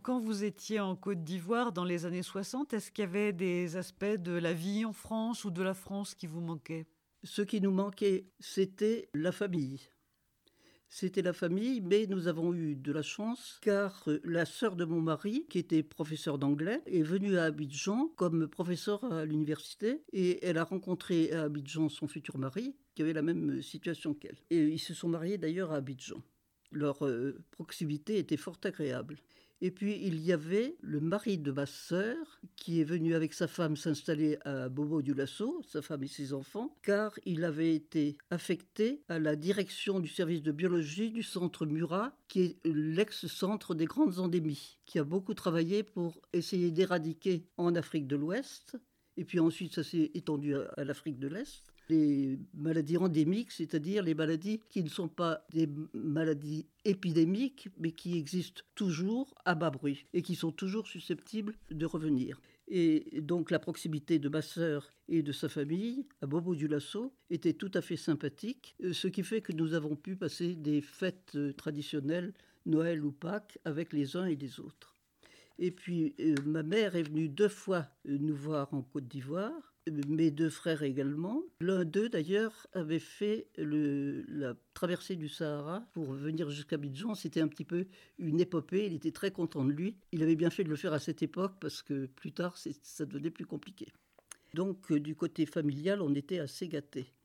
Quand vous étiez en Côte d'Ivoire dans les années 60, est-ce qu'il y avait des aspects de la vie en France ou de la France qui vous manquaient? Ce qui nous manquait, c'était la famille. C'était la famille, mais nous avons eu de la chance car la sœur de mon mari, qui était professeure d'anglais, est venue à Abidjan comme professeure à l'université et elle a rencontré à Abidjan son futur mari qui avait la même situation qu'elle. Et ils se sont mariés d'ailleurs à Abidjan. Leur proximité était fort agréable. Et puis il y avait le mari de ma sœur qui est venu avec sa femme s'installer à Bobo-Dioulasso, sa femme et ses enfants, car il avait été affecté à la direction du service de biologie du centre Murat, qui est l'ex-centre des grandes endémies, qui a beaucoup travaillé pour essayer d'éradiquer en Afrique de l'Ouest. Et puis ensuite, ça s'est étendu à l'Afrique de l'Est. Les maladies endémiques, c'est-à-dire les maladies qui ne sont pas des maladies épidémiques, mais qui existent toujours à bas bruit et qui sont toujours susceptibles de revenir. Et donc la proximité de ma sœur et de sa famille à Bobo-Dioulasso était tout à fait sympathique, ce qui fait que nous avons pu passer des fêtes traditionnelles, Noël ou Pâques, avec les uns et les autres. Et puis, ma mère est venue 2 fois nous voir en Côte d'Ivoire, mes 2 frères également. L'un d'eux, d'ailleurs, avait fait la traversée du Sahara pour venir jusqu'à Abidjan. C'était un petit peu une épopée, il était très content de lui. Il avait bien fait de le faire à cette époque parce que plus tard, ça devenait plus compliqué. Donc, du côté familial, on était assez gâtés.